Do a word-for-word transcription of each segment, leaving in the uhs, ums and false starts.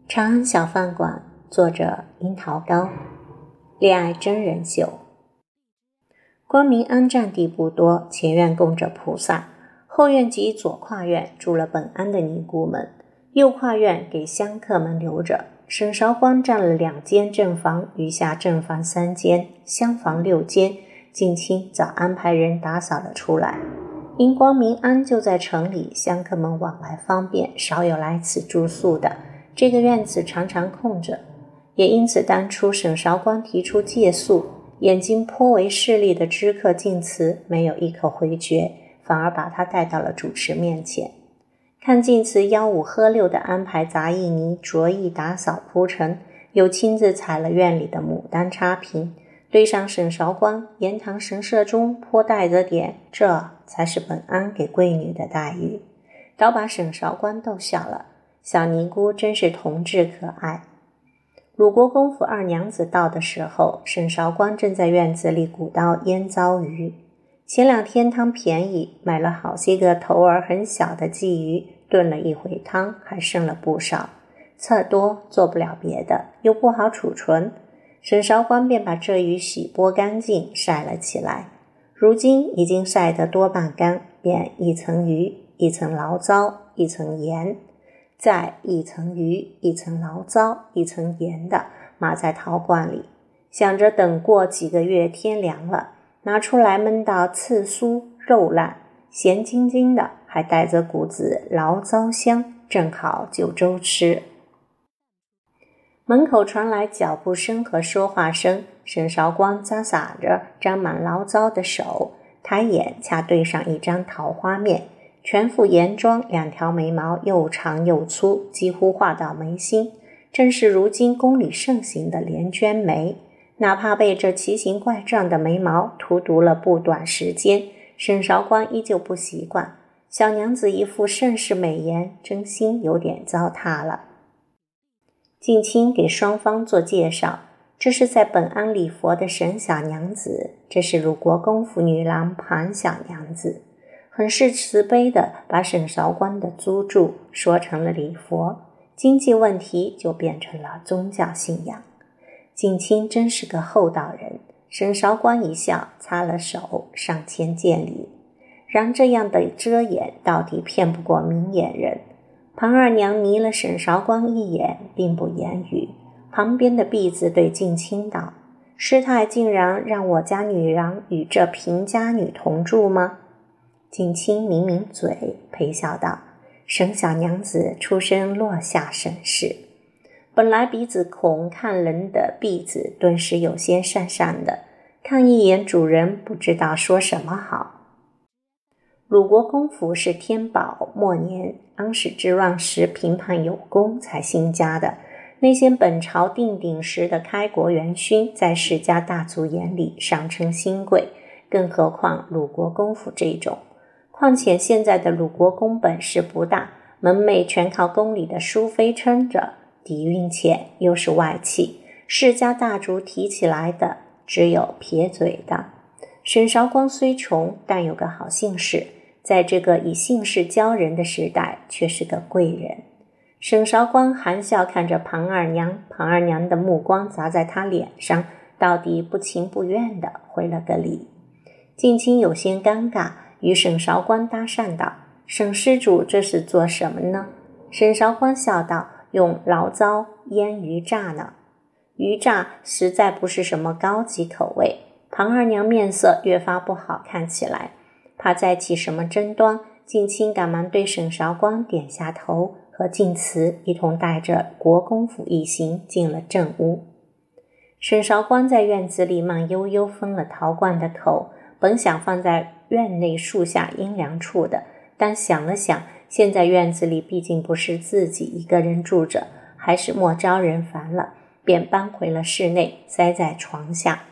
长安小饭馆，作者樱桃糕。恋爱真人秀。光明庵占地不多，前院供着菩萨，后院及左跨院住了本庵的尼姑们，右跨院给香客们留着。沈韶光占了两间正房，余下正房三间，厢房六间，近亲早安排人打扫了出来。因光明庵就在城里，香客们往来方便，少有来此住宿的，这个院子常常空着。也因此当初沈韶光提出借宿，眼睛颇为势利的知客晋祠没有一口回绝，反而把他带到了主持面前。看晋祠吆五喝六地安排杂役泥着意打扫铺陈，又亲自采了院里的牡丹插瓶，对上沈韶光言堂神社中颇带着点这才是本庵给闺女的待遇，倒把沈韶光逗笑了。小尼姑真是童稚可爱。鲁国公府二娘子到的时候，沈韶光正在院子里鼓捣腌糟鱼。前两天汤便宜，买了好些个头儿很小的鲫鱼，炖了一回汤，还剩了不少。刺多做不了别的，又不好储存，沈韶光便把这鱼洗剥干净，晒了起来。如今已经晒得多半干，便一层鱼，一层醪糟，一层盐，再一层鱼，一层醪糟，一层盐的码在陶罐里，想着等过几个月天凉了，拿出来焖到刺酥肉烂，咸津津的，还带着股子醪糟香，正好就粥吃。门口传来脚步声和说话声，沈韶光咂撒着沾满醪糟的手，抬眼恰对上一张桃花面，全副颜妆，两条眉毛又长又粗，几乎画到眉心，正是如今宫里盛行的连娟眉。哪怕被这奇形怪状的眉毛荼毒了不短时间，沈韶光依旧不习惯。小娘子一副盛世美颜，真心有点糟蹋了。近亲给双方做介绍，这是在本庵礼佛的沈小娘子，这是鲁国公府女郎庞小娘子，很是慈悲地把沈韶光的租住说成了礼佛，经济问题就变成了宗教信仰。近亲真是个厚道人，沈韶光一笑，擦了手，上前见礼。然这样的遮掩到底骗不过明眼人。庞二娘睨了沈韶光一眼，并不言语。旁边的婢子对近亲道：“师太竟然让我家女郎与这贫家女同住吗？”近亲抿抿嘴，陪笑道：“沈小娘子出身落下沈氏。”本来鼻子孔看人的婢子顿时有些讪讪的，看一眼主人不知道说什么好。鲁国公府是天宝末年安史之乱时平叛有功才兴家的，那些本朝定鼎时的开国元勋在世家大族眼里上称新贵，更何况鲁国公府这种。况且现在的鲁国公本事不大，门楣全靠宫里的淑妃撑着，底蕴浅，又是外戚，世家大族提起来的只有撇嘴的。沈韶光虽穷，但有个好姓氏，在这个以姓氏教人的时代，却是个贵人。沈韶光含笑看着庞二娘，庞二娘的目光砸在他脸上，到底不情不愿地回了个礼。近亲有些尴尬，与沈韶光搭讪道：“沈施主这是做什么呢？”沈韶光笑道：“用醪糟腌鱼炸呢。”鱼炸实在不是什么高级口味。庞二娘面色越发不好看起来，怕再起什么争端，近亲赶忙对沈韶光点下头，和晋祠一同带着国公府一行进了正屋。沈韶光在院子里慢悠悠封了陶罐的口，本想放在院内树下阴凉处的，但想了想，现在院子里毕竟不是自己一个人住着，还是莫招人烦了，便搬回了室内，塞在床下。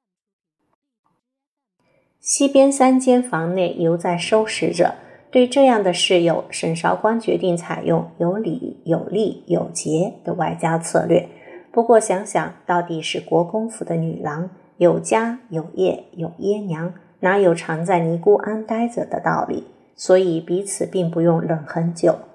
西边三间房内犹在收拾着，对这样的事友，沈韶光决定采用有礼有利有节的外交策略。不过想想，到底是国公府的女郎，有家有业有爹娘，哪有常在尼姑庵待着的道理，所以彼此并不用冷很久。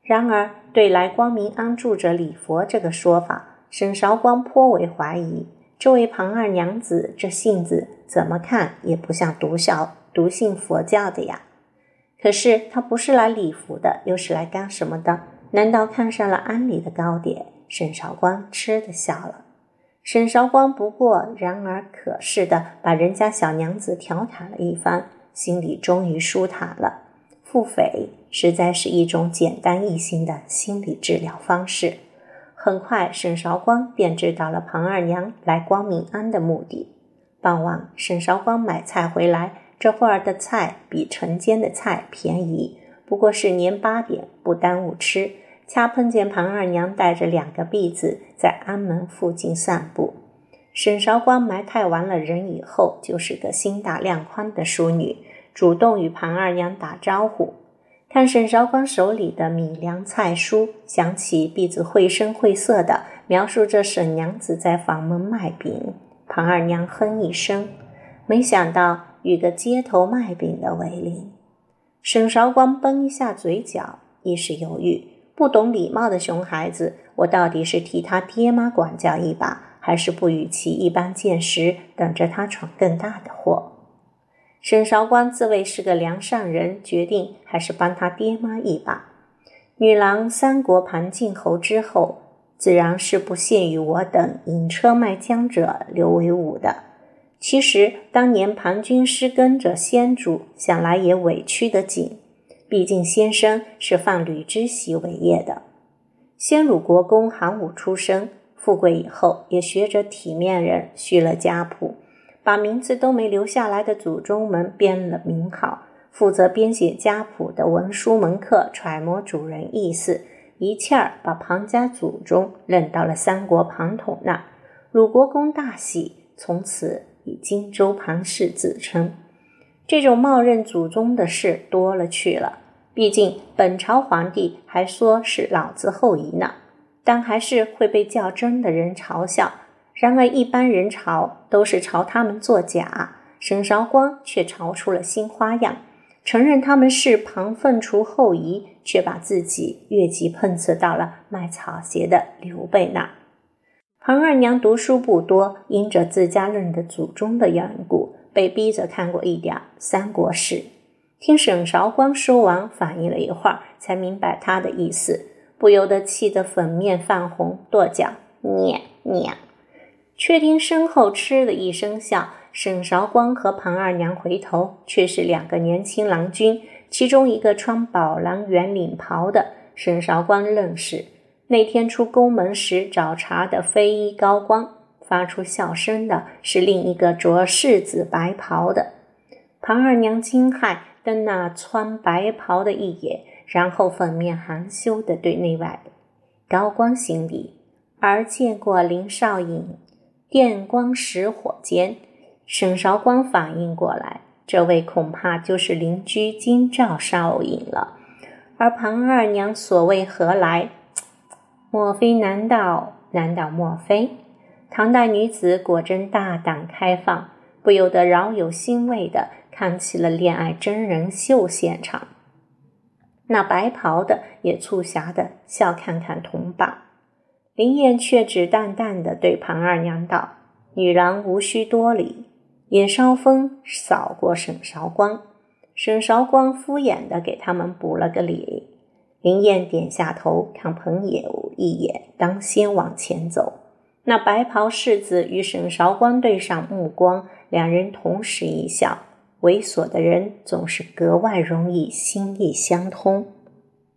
然而对来光明庵住着礼佛这个说法，沈韶光颇为怀疑。这位庞二娘子这性子怎么看也不像独孝独信佛教的呀。可是她不是来礼服的，又是来干什么的？难道看上了庵里的糕点？沈韶光吃得笑了。沈韶光不过然而可是的把人家小娘子调侃了一番，心里终于舒坦了。腹诽实在是一种简单易行的心理治疗方式。很快沈韶光便知道了庞二娘来光明庵的目的。傍晚沈韶光买菜回来，这会儿的菜比晨间的菜便宜，不过是年八点，不耽误吃。恰碰见庞二娘带着两个婢子在庵门附近散步。沈韶光埋汰完了人以后，就是个心大量宽的淑女，主动与庞二娘打招呼。看沈韶光手里的米粮菜蔬，想起婢子绘声绘色地描述着沈娘子在房门卖饼，庞二娘哼一声，没想到与个街头卖饼的为邻。沈韶光绷一下嘴角，一时犹豫，不懂礼貌的熊孩子，我到底是替他爹妈管教一把，还是不与其一般见识，等着他闯更大的祸？沈韶光自谓是个良善人，决定还是帮他爹妈一把。女郎三国盘晋侯之后，自然是不屑于我等引车卖浆者刘为武的。其实当年庞军师跟着先主，想来也委屈得紧，毕竟先生是放吕之席为业的。先鲁国公韩武出身，富贵以后也学着体面人，续了家谱，把名字都没留下来的祖宗们编了名号，负责编写家谱的文书门客揣摩主人意思，一气儿把庞家祖宗认到了三国庞统那。鲁国公大喜，从此以荆州庞氏自称。这种冒认祖宗的事多了去了，毕竟本朝皇帝还说是老子后裔呢，但还是会被较真的人嘲笑。然而一般人嘲都是朝他们作假，沈韶光却嘲出了新花样，承认他们是庞凤雏后裔，却把自己越级碰刺到了卖草鞋的刘备那。庞二娘读书不多，因着自家认的祖宗的缘故，被逼着看过一点三国史。听沈韶光说完，反应了一会儿，才明白他的意思，不由得气得粉面泛红，跺脚念念。却听身后嗤的一声笑，沈韶光和庞二娘回头，却是两个年轻郎君，其中一个穿宝蓝圆领袍的，沈韶光认识，那天出宫门时找茬的飞衣高光，发出笑声的是另一个着柿子白袍的。庞二娘惊骇瞪那穿白袍的一眼，然后粉面含羞地对内外高光行礼，而见过林少隐电光石火间，沈韶光反应过来，这位恐怕就是邻居金兆少隐了。而庞二娘所谓何来？莫非难道难道莫非？唐代女子果真大胆开放，不由得饶有欣慰地看起了恋爱真人秀现场。那白袍的也促狭地笑看看同伴。林燕却只淡淡地对庞二娘道：女郎无需多礼。也稍风扫过沈韶光，沈韶光敷衍地给他们补了个礼。林燕点下头看朋友一眼，当先往前走。那白袍世子与沈韶光对上目光，两人同时一笑。猥琐的人总是格外容易心意相通。